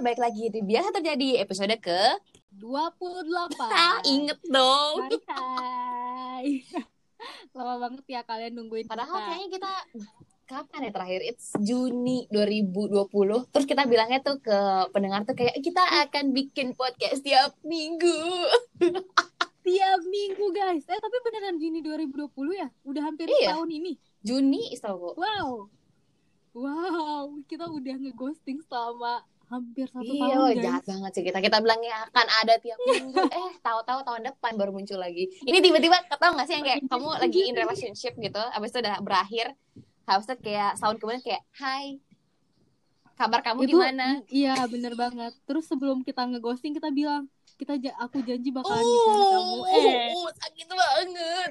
balik lagi di Biasa Terjadi episode ke 28. inget dong. Hai. Lama banget ya kalian nungguin Padahal kita. kayaknya kita kapan ya terakhir? It's Juni 2020. Terus kita bilangnya tuh ke pendengar tuh kayak kita akan bikin podcast tiap minggu. Tiap minggu guys. Tapi beneran Juni 2020 ya? Udah hampir Iya. setahun ini. Juni setahu gue. Wow, kita udah ngeghosting selama hampir 1 Iya, tahun guys. jahat banget sih kita. Kita bilangnya akan ada tiap minggu. Tahu-tahu tahun depan baru muncul lagi. Ini tiba-tiba tau gak sih yang kayak kamu lagi in relationship gitu, abis itu udah berakhir, habis itu kayak tahun kemudian kayak, hai, kabar kamu Itu, gimana? Iya bener banget. Terus sebelum kita ngeghosting kita bilang, aku janji bakalan nikahin kamu. Sakit banget.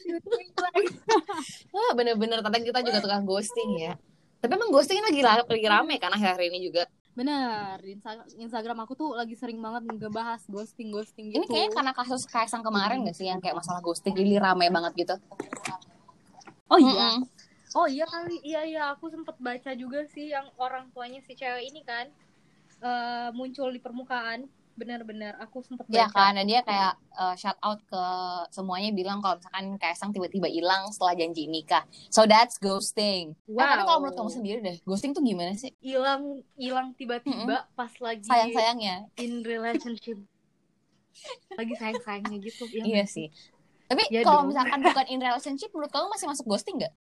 Wah, bener-bener tadi kita juga tukang ghosting ya. Tapi emang ghosting lagi rame kan akhir-akhir ini juga. Bener, Instagram aku tuh lagi sering banget ngebahas ghosting gitu. Ini kayaknya karena kasus Kaisang kemarin gak sih yang kayak masalah ghosting jadi rame banget gitu. Oh iya. Oh iya kali. Iya aku sempet baca juga sih yang orang tuanya si cewek ini kan muncul di permukaan. Benar-benar aku sempet baca. Ya kan, dan dia kayak shout out ke semuanya bilang kalau misalkan Kaisang tiba-tiba hilang setelah janji nikah. So that's ghosting. Wow. Tapi kalau menurut kamu sendiri deh, ghosting tuh gimana sih? Hilang tiba-tiba pas lagi sayang-sayangnya in relationship. Lagi sayang-sayangnya gitu. Iya sih. Tapi ya kalau misalkan bukan in relationship, menurut kamu masih masuk ghosting nggak?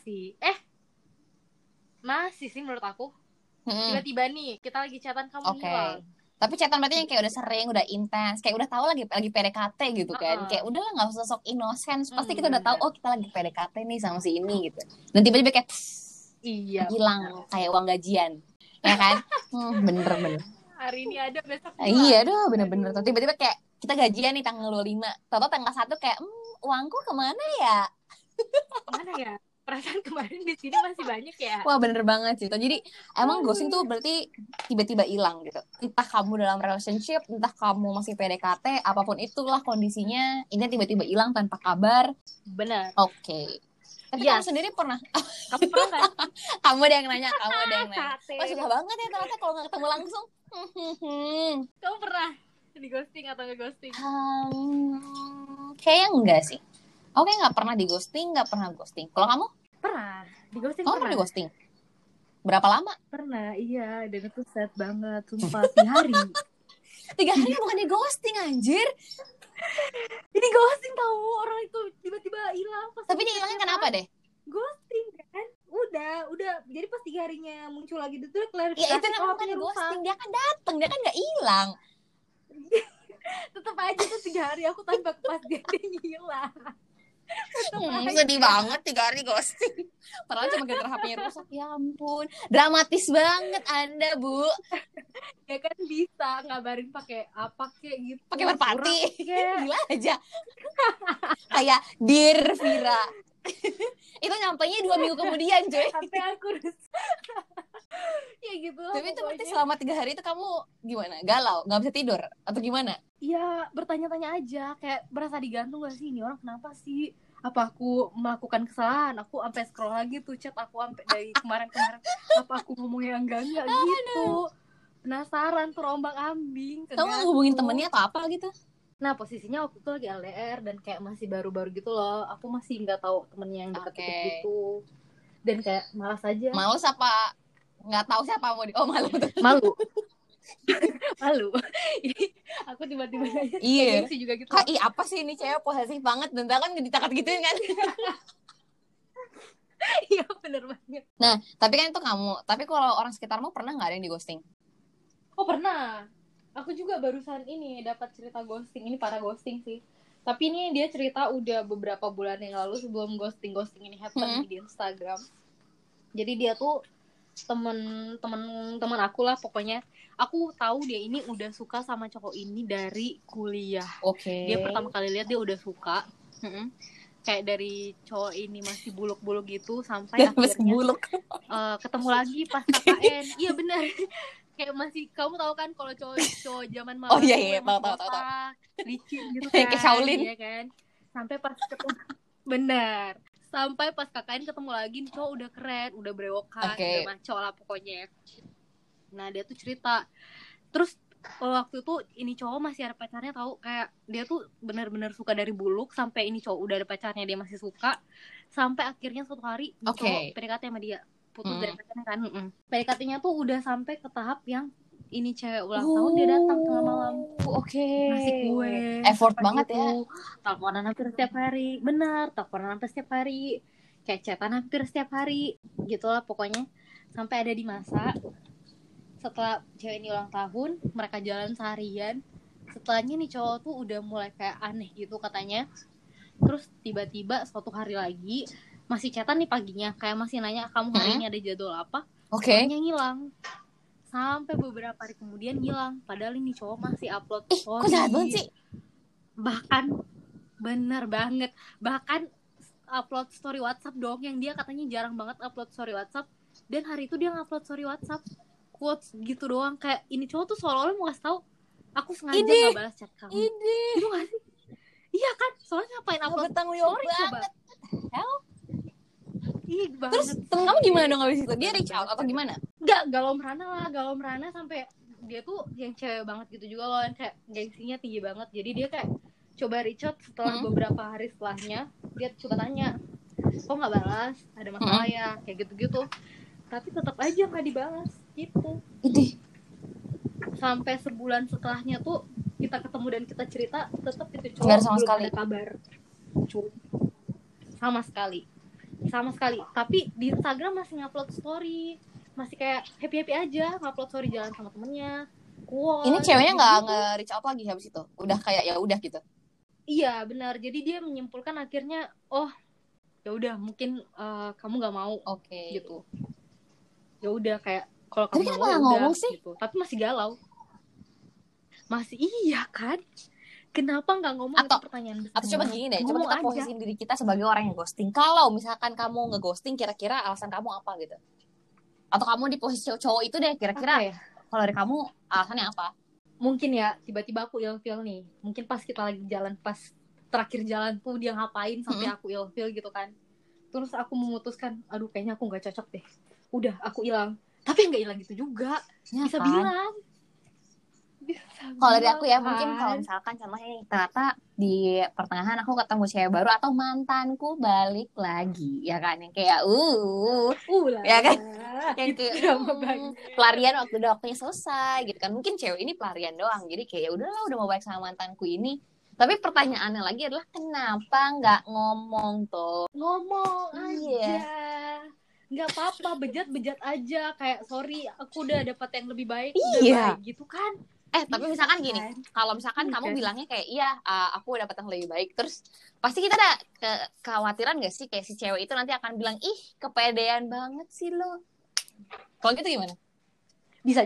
Masih sih menurut aku. Tiba-tiba nih kita lagi chatan kamu hilang. Tapi chatan berarti yang kayak udah sering, udah intens, kayak udah tahu lagi PDKT gitu kan. Kayak udahlah nggak usah sok innocent. Pasti kita udah tahu kita lagi PDKT nih sama si ini gitu. Dan tiba-tiba kayak hilang kayak uang gajian. Ya kan? Bener-bener. Hari ini ada besok iya doh, bener-bener. Tiba-tiba kayak kita gajian nih tanggal 25. Tahu tanggal 1 kayak uangku kemana ya? Mana ya? Perasaan kemarin di sini masih banyak ya. Wah bener banget sih. Jadi emang ghosting tuh berarti tiba-tiba hilang gitu. Entah kamu dalam relationship, entah kamu masih PDKT, apapun itulah kondisinya, ini tiba-tiba hilang tanpa kabar. Benar. Oke. Tapi kamu sendiri pernah? Kamu pernah kan? Kamu ada yang nanya. Wah susah banget ya ternyata kalau nggak ketemu langsung. Kamu pernah di ghosting atau nge-ghosting? Kayaknya enggak sih. Oke, nggak pernah di ghosting, nggak pernah ghosting. Kalau kamu? Pernah. Di ghosting pernah di ghosting? Berapa lama? Pernah, iya. Dan itu sad banget, sumpah. 3 hari. 3 hari bukan di ghosting, anjir. Ini ghosting tahu, orang itu tiba-tiba hilang. Tapi dia hilangnya kenapa deh? Ghosting kan? Udah. Jadi pas 3 harinya muncul lagi itu klarifikasi. Ya itu namanya bukan ghosting, dia kan datang, dia kan nggak hilang. Tetep aja tuh 3 hari aku tanpa kepastian hilang. Sedih banget 3 hari ghosting. Padahal cuma gara-gara HP-nya rusak. Ya ampun, dramatis banget Anda, Bu. Ya kan bisa ngabarin pakai apa kayak gitu. Pakai merpati. Gila aja. Kayak Dear Vira. Itu nyampainya 2 minggu kemudian, coy. HP aku ya gitu. Tapi itu berarti selama 3 hari itu kamu gimana? Galau? Gak bisa tidur? Atau gimana? Ya bertanya-tanya aja. Kayak berasa digantung gak sih? Ini orang kenapa sih? Apa aku melakukan kesalahan? Aku sampai scroll lagi tuh chat aku sampai dari kemarin-kemarin. Apa aku ngomongnya enggak gitu. Penasaran, terombang-ambing. Kamu hubungin temennya atau apa gitu? Nah posisinya waktu itu lagi LDR dan kayak masih baru-baru gitu loh. Aku masih nggak tahu temennya yang deket-deket gitu. Dan kayak malas aja. Malas apa? Nggak tahu siapa mau malu. Malu. Aku tiba-tiba aja. Iya. Juga gitu. Apa sih ini cewek posesif banget dan kan ditakat gituin kan? Iya bener banget. Nah tapi kan itu kamu. Tapi kalau orang sekitarmu pernah nggak ada yang di ghosting? Oh pernah. Aku juga barusan ini dapat cerita ghosting. Ini parah ghosting sih. Tapi ini dia cerita udah beberapa bulan yang lalu sebelum ghosting ini happen di Instagram. Jadi dia tuh teman aku lah pokoknya. Aku tahu dia ini udah suka sama cowok ini dari kuliah. Dia pertama kali lihat dia udah suka. Kayak dari cowok ini masih buluk-buluk gitu sampai akhirnya ketemu lagi pas KKN. Iya benar. Kayak masih kamu tahu kan kalau cowok zaman malam tahu licin gitu kan kayak Shaolin ya kan sampai pas ketemu benar sampai pas KKN ketemu lagi cowok udah keren udah brewokan udah maco lah pokoknya. Nah dia tuh cerita Terus waktu itu ini cowok masih ada pacarnya, tahu, kayak dia tuh benar-benar suka dari buluk sampai ini cowok udah ada pacarnya dia masih suka, sampai akhirnya suatu hari cowok PDKT sama dia, putus dari pacarnya kan. PDKT-nya tuh udah sampai ke tahap yang ini cewek ulang tahun dia datang tengah malam, ngasih kue, effort banget gitu. Ya, teleponan hampir setiap hari, teleponan hampir setiap hari, kayak chatan hampir setiap hari, gitulah pokoknya. Sampai ada di masa setelah cewek ini ulang tahun, mereka jalan seharian. Setelahnya nih cowok tuh udah mulai kayak aneh gitu katanya. Terus tiba-tiba suatu hari lagi masih chatan nih paginya, kayak masih nanya kamu hari ini ada jadwal apa. Soalnya ngilang. Sampai beberapa hari kemudian ngilang. Padahal ini cowok masih upload story. Kok jahat banget sih? Bahkan bener banget. Bahkan upload story WhatsApp dong, yang dia katanya jarang banget upload story WhatsApp. Dan hari itu dia ngupload story WhatsApp, quotes gitu doang. Kayak ini cowok tuh seolah-olah mau ngasih tahu aku sengaja gak balas chat kamu. Itu gak sih? Iya kan? Soalnya ngapain upload story coba? Hell? Ih banget. Terus temen kamu gimana dong abis itu? Dia reach out atau gimana? Gak, galau merana sampai dia tuh yang cewek banget gitu juga loh, yang kayak gengsinya tinggi banget. Jadi dia kayak coba reach out setelah beberapa hari setelahnya. Dia coba tanya, kok gak balas? Ada masalah ya? Kayak gitu-gitu. Tapi tetap aja gak dibalas gitu. Sampai sebulan setelahnya tuh kita ketemu dan kita cerita, tetap itu cowok belum ada kabar. Sama sekali. Tapi di Instagram masih ngupload story, masih kayak happy aja, ngupload story jalan sama temennya. Ini ceweknya nggak nge-reach out lagi habis itu, udah kayak ya udah gitu. Iya benar. Jadi dia menyimpulkan akhirnya, oh ya udah mungkin kamu nggak mau, gitu. Ya udah kayak kalau kamu mau ya udah gitu. Tapi masih galau. Masih iya kan? Kenapa nggak ngomong? Atau, itu pertanyaan besar. Atau coba gini deh, coba kita posisiin diri kita sebagai orang yang ghosting. Kalau misalkan kamu nge-ghosting, kira-kira alasan kamu apa gitu? Atau kamu di posisi cowok itu deh, kira-kira kalau dari kamu alasannya apa? Mungkin ya tiba-tiba aku ilfeel nih. Mungkin pas kita lagi jalan, pas terakhir jalan tuh dia ngapain sampai aku ilfeel gitu kan. Terus aku memutuskan, aduh kayaknya aku nggak cocok deh. Udah aku hilang. Tapi nggak hilang gitu juga. Ya, bisa kan? Bilang. Kalau dari aku ya, mungkin kalau misalkan contohnya nih, ternyata di pertengahan aku ketemu cewek baru atau mantanku balik lagi, ya kan, yang kayak ya kan, yang kayak pelarian waktunya selesai gitu kan. Mungkin cewek ini pelarian doang, jadi kayak udahlah, udah mau balik sama mantanku ini. Tapi pertanyaannya lagi adalah kenapa nggak ngomong tuh? Ngomong aja. Nggak apa-apa, bejat aja, kayak sorry aku udah dapat yang lebih baik, udah baik gitu kan. Tapi misalkan gini, kalau misalkan kamu bilangnya kayak aku dapat yang lebih baik, terus pasti kita ada kekhawatiran gak sih kayak si cewek itu nanti akan bilang, ih kepedean banget sih lo. Kalau gitu gimana? Bisa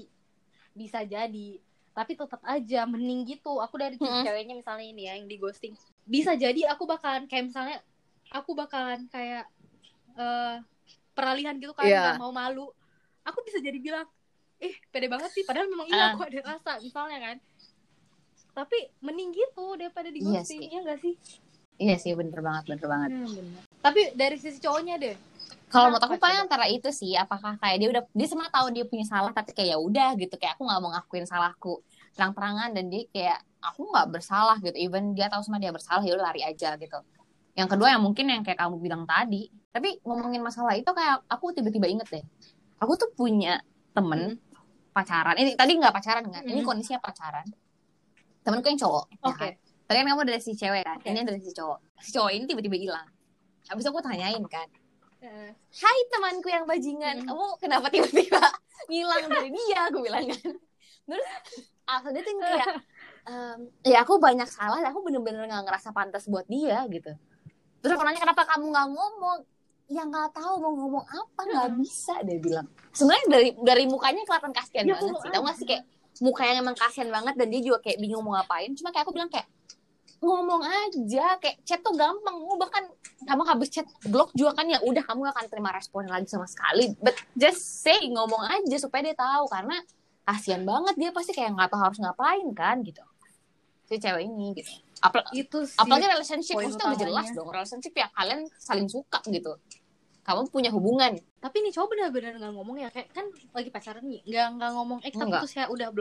jadi, tapi tetap aja mending gitu. Aku dari ceweknya misalnya ini ya yang di ghosting, bisa jadi aku bakalan kayak misalnya aku bakalan kayak peralihan gitu kan, gak mau malu. Aku bisa jadi bilang, pede banget sih, padahal memang iya aku ada rasa misalnya kan. Tapi mending gitu daripada di ghosting, iya gak sih? Iya sih, bener banget. Bener. Tapi dari sisi cowoknya deh, kalau menurut aku paling antara itu sih, apakah kayak dia semua tahu dia punya salah, tapi kayak ya udah gitu, kayak aku nggak mau ngakuin salahku terang-terangan, dan dia kayak aku nggak bersalah gitu, even dia tahu semua dia bersalah, ya udah lari aja gitu. Yang kedua yang mungkin yang kayak kamu bilang tadi. Tapi ngomongin masalah itu, kayak aku tiba-tiba inget deh, aku tuh punya temen pacaran. Ini tadi nggak pacaran kan? Ini kondisinya pacaran. Temenku yang cowok. Ya kan? Tadi kan kamu dari si cewek kan? Ini dari si cowok. Si cowok ini tiba-tiba hilang. Habis aku tanyain kan, hai temanku yang bajingan, kamu kenapa tiba-tiba ngilang dari dia? Aku bilang kan. Terus alasannya tuh kayak, ya aku banyak salah, aku bener-bener nggak ngerasa pantas buat dia gitu. Terus aku nanya kenapa kamu nggak ngomong? Ya nggak tahu mau ngomong apa, nggak bisa, dia bilang. Sebenarnya dari mukanya kelihatan kasihan banget sih, tau nggak sih, kayak muka yang emang kasihan banget, dan dia juga kayak bingung mau ngapain. Cuma kayak aku bilang kayak ngomong aja, kayak chat tuh gampang, bahkan kamu habis chat blok juga kan, ya udah kamu gak akan terima respon lagi sama sekali. But just say, ngomong aja supaya dia tahu, karena kasihan banget dia pasti kayak nggak tahu harus ngapain kan gitu. Si cewek ini gitu. Apalagi relationship itu udah jelas dong, relationship ya kalian saling suka gitu, kamu punya hubungan. Tapi nih cowok benar-benar nggak ngomong ya, kayak kan lagi pacaran nih, nggak ngomong tapi terus ya udah blok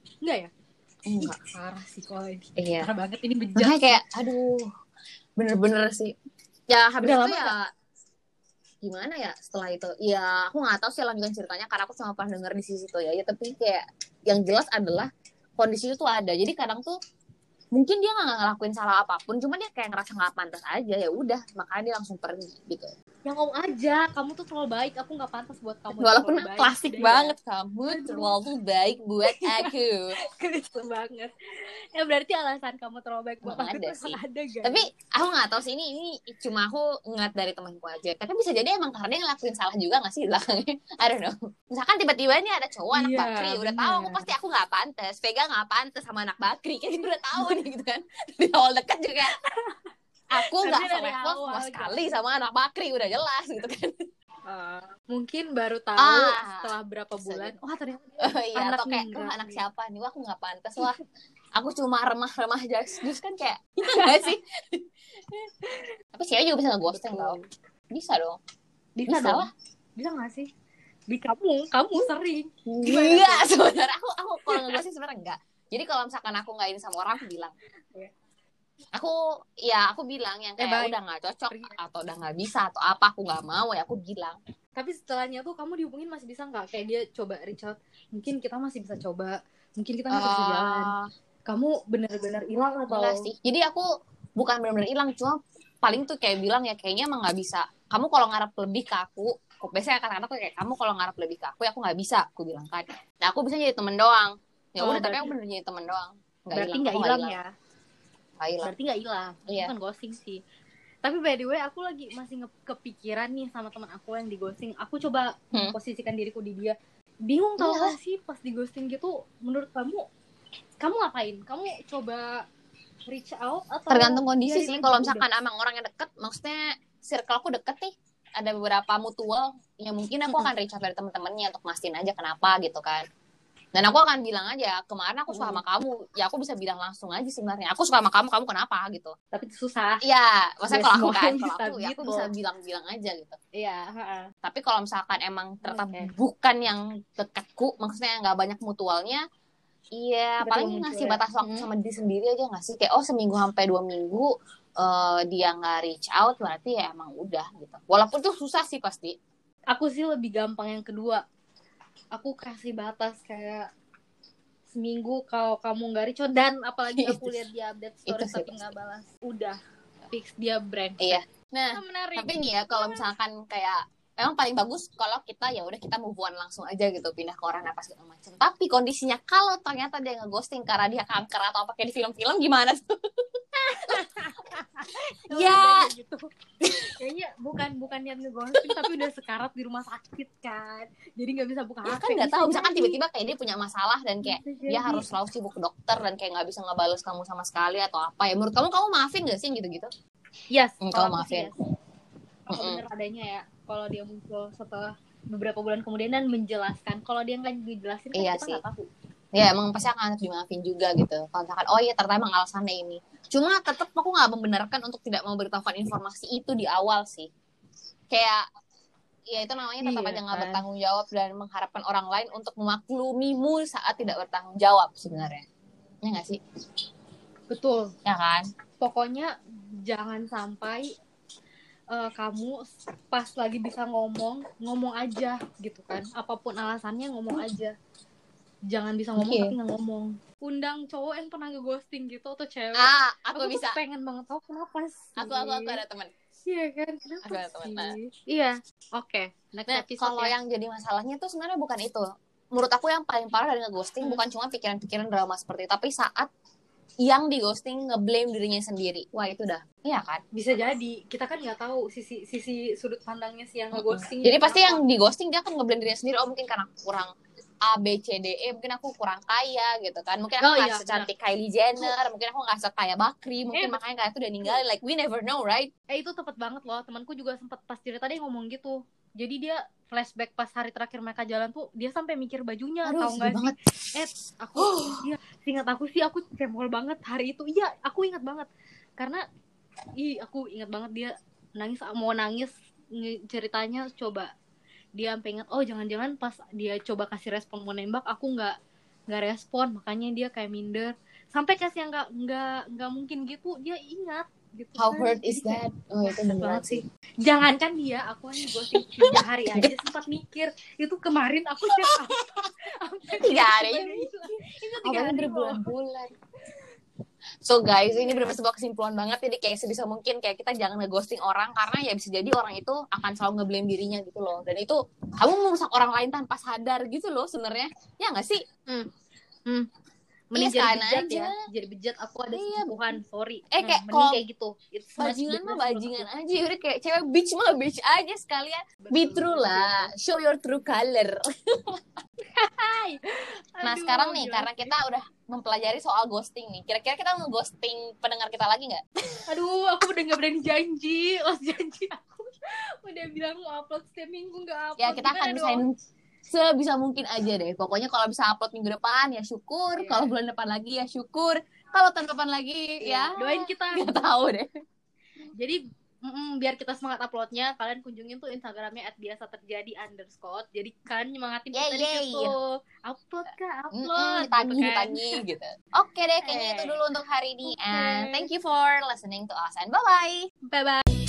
Enggak ya? Enggak. Parah sih kalau ini. Iya. Parah banget, ini bejat. Makanya kayak aduh, bener-bener sih. Ya habis udah itu ya gak? Gimana ya setelah itu? Ya aku nggak tahu sih lanjutan ceritanya karena aku cuma pernah denger di sisi itu ya. Ya tapi kayak yang jelas adalah kondisi itu tuh ada. Jadi kadang tuh mungkin dia nggak ngelakuin salah apapun, cuma dia kayak ngerasa nggak pantas aja, ya udah makanya dia langsung pergi gitu. Ya ngomong aja, kamu tuh terlalu baik, aku nggak pantas buat kamu. Walaupun klasik banget ya. Kamu terlalu baik buat aku. Keren banget. Ya berarti alasan kamu terlalu baik buat aku ada sih. Ada guys. Tapi aku nggak tahu sih, ini cuma aku ngeliat dari temanku aja. Tapi bisa jadi emang karena dia ngelakuin salah juga nggak sih di belakangnya? I don't know. Misalkan tiba-tiba nih ada cowok anak bakri, udah tahu aku pasti aku nggak pantas, Vega nggak pantas sama anak bakri, kan udah tahu nih gitu kan. Di awal dekat juga. Aku nggak selevel sama sekali sama anak bakri, udah jelas gitu kan. Mungkin baru tahu setelah berapa bulan. Wah ternyata iya, atau kayak anak siapa nih, wah aku nggak pantas, wah aku cuma remah-remah jus kan kayak gitu nggak sih? Tapi cewek juga bisa nge-ghosting tau. Bisa dong. Bisa dong. Bisa nggak sih? Di kamu sering. Enggak sebenarnya aku kalau nge-ghosting sebenarnya enggak. Jadi kalau misalkan aku nggak ini sama orang, aku bilang. Aku bilang yang kayak udah nggak cocok atau udah nggak bisa atau apa, aku nggak mau ya aku bilang. Tapi setelahnya tuh kamu dihubungin masih bisa nggak? Kayak dia coba reach out, mungkin kita masih bisa coba, mungkin kita masih bisa jalan. Kamu benar-benar hilang atau? Enggak sih. Jadi aku bukan benar-benar hilang, cuma paling tuh kayak bilang ya kayaknya emang nggak bisa. Kamu kalau ngarep lebih ke aku, biasanya kata-kata tuh kayak kamu kalau ngarep lebih ke aku nggak bisa, aku bilang kan. Nah aku bisa jadi temen doang. Ya udah, tapi aku bener jadi temen doang. Berarti nggak hilang ya? Hilang. Berarti nggak hilang. Itu kan ghosting sih. Tapi by the way aku lagi masih kepikiran nih sama teman aku yang di ghosting. Aku coba posisikan diriku di dia. Bingung tau gak sih pas di ghosting gitu, menurut kamu ngapain? Kamu coba reach out atau? Tergantung kondisi sih. Kalau misalkan emang orangnya deket, maksudnya circle aku deket nih, ada beberapa mutual, ya mungkin aku akan reach out dari teman-temannya untuk mastiin aja kenapa gitu kan. Dan aku akan bilang aja, kemarin aku suka sama kamu. Ya aku bisa bilang langsung aja sebenarnya, aku suka sama kamu kenapa gitu. Tapi itu susah. Iya, maksudnya kalau aku bisa bilang aja gitu. Iya. Tapi kalau misalkan emang tetap bukan yang dekatku, maksudnya nggak banyak mutualnya, iya paling ngasih batas waktu sama diri sendiri aja nggak sih? Kayak seminggu sampai 2 minggu dia nggak reach out, berarti ya emang udah gitu. Walaupun tuh susah sih pasti. Aku sih lebih gampang yang kedua. Aku kasih batas kayak seminggu kalau kamu nggak reach out, dan apalagi aku lihat dia update story tapi nggak balas, udah fix dia brengsek. Iya. Nah, tapi nih ya kalau misalkan kayak emang paling bagus kalau kita ya udah kita move on langsung aja gitu, pindah ke orang apa segala macam. Tapi kondisinya kalau ternyata dia nge-ghosting karena dia kanker atau apa kayak di film-film, gimana tuh? Ya gitu. Kayaknya bukan niat nge-ghosting tapi udah sekarat di rumah sakit kan, jadi nggak bisa buka HP. Kan nggak tahu, misalkan tiba-tiba kayak dia punya masalah dan kayak dia harus selalu sibuk ke dokter dan kayak nggak bisa ngebales kamu sama sekali atau apa ya, menurut kamu maafin nggak sih gitu-gitu? Yes, kamu maafin. Kalau bener adanya ya, kalau dia muncul setelah beberapa bulan kemudian dan menjelaskan. Kalau dia nggak dijelasin kan kita nggak tahu. Ya emang pasti akan dimaafin juga gitu. Kalau misalkan oh iya ternyata emang alasannya ini. Cuma tetap aku nggak membenarkan untuk tidak memberitahukan informasi itu di awal sih. Kayak ya itu namanya tetap aja nggak bertanggung jawab dan mengharapkan orang lain untuk memaklumimu saat tidak bertanggung jawab sebenarnya. Ya nggak sih? Betul. Ya kan? Pokoknya jangan sampai kamu pas lagi bisa ngomong aja gitu kan. Apapun alasannya ngomong aja. Jangan bisa ngomong tapi nggak ngomong. Undang cowok yang pernah nge-ghosting gitu atau cewek. Aku bisa. Pengen banget tahu kenapa sih. Aku ada teman. Iya kan, kenapa ada teman. Iya, oke. Kalau yang jadi masalahnya tuh sebenarnya bukan itu. Menurut aku yang paling parah dari nge-ghosting bukan cuma pikiran-pikiran drama seperti itu, tapi saat yang di ghosting ngeblame dirinya sendiri. Wah itu dah. Iya kan? Bisa jadi. Kita kan nggak tahu sisi sudut pandangnya si yang nge-ghosting. Jadi pasti yang di ghosting dia akan ngeblame dirinya sendiri. Oh mungkin karena kurang A, B, C, D, E. Mungkin aku kurang kaya gitu kan. Mungkin aku gak secantik Kylie Jenner. Mungkin aku gak sekaya Bakri. Mungkin makanya kayak itu udah ninggalin. Like we never know, right? Itu tepat banget loh. Temanku juga sempat pas cerita dia ngomong gitu. Jadi dia flashback pas hari terakhir mereka jalan tuh, dia sampai mikir bajunya. Tahu nggak sih? Ingat aku sih, aku cemol banget hari itu. Iya, aku ingat banget. Karena aku ingat banget dia mau nangis ceritanya. Coba dia sampai ingat, oh jangan-jangan pas dia coba kasih respon mau nembak, aku nggak nggak respon, makanya dia kayak minder. Sampai kasih yang nggak mungkin gitu dia ingat gitu. How hurt is that? Oh itu benar sih. Jangankan dia, aku aja ghosting 3 hari aja sempat mikir itu kemarin aku chat apa 3 hari itu 3 hari berbulan-bulan. So guys, ini benar sebuah kesimpulan banget. Jadi kayak sebisa mungkin kayak kita jangan ngeghosting orang, karena ya bisa jadi orang itu akan selalu ngeblame dirinya gitu loh. Dan itu kamu merusak orang lain tanpa sadar gitu loh sebenarnya. Ya nggak sih? Mending jadi bejat aja. Jadi bejat, aku ada selingkuhan, sorry. Kayak mending kayak gitu. Bajingan mah bajingan aja. Udah kayak cewek bitch mah bitch aja sekalian. Be true lah. Show your true color. Nah sekarang nih, karena kita udah mempelajari soal ghosting nih, kira-kira kita mau ghosting pendengar kita lagi nggak? Aduh, aku udah nggak berani janji. Los janji aku udah bilang mau upload setiap minggu nggak upload. Ya kita akan usahain sebisa mungkin aja deh. Pokoknya kalau bisa upload minggu depan ya syukur. Kalau bulan depan lagi ya syukur. Kalau tahun depan lagi ya doain kita. Nggak tahu deh. Jadi biar kita semangat uploadnya, kalian kunjungin tuh Instagramnya @biasaterjadi_. Jadi kalian nyemangatin kita di situ. Upload kah? Upload. Ditagih gitu. Oke deh, kayaknya itu dulu untuk hari ini. And thank you for listening to us. And bye-bye. Bye-bye.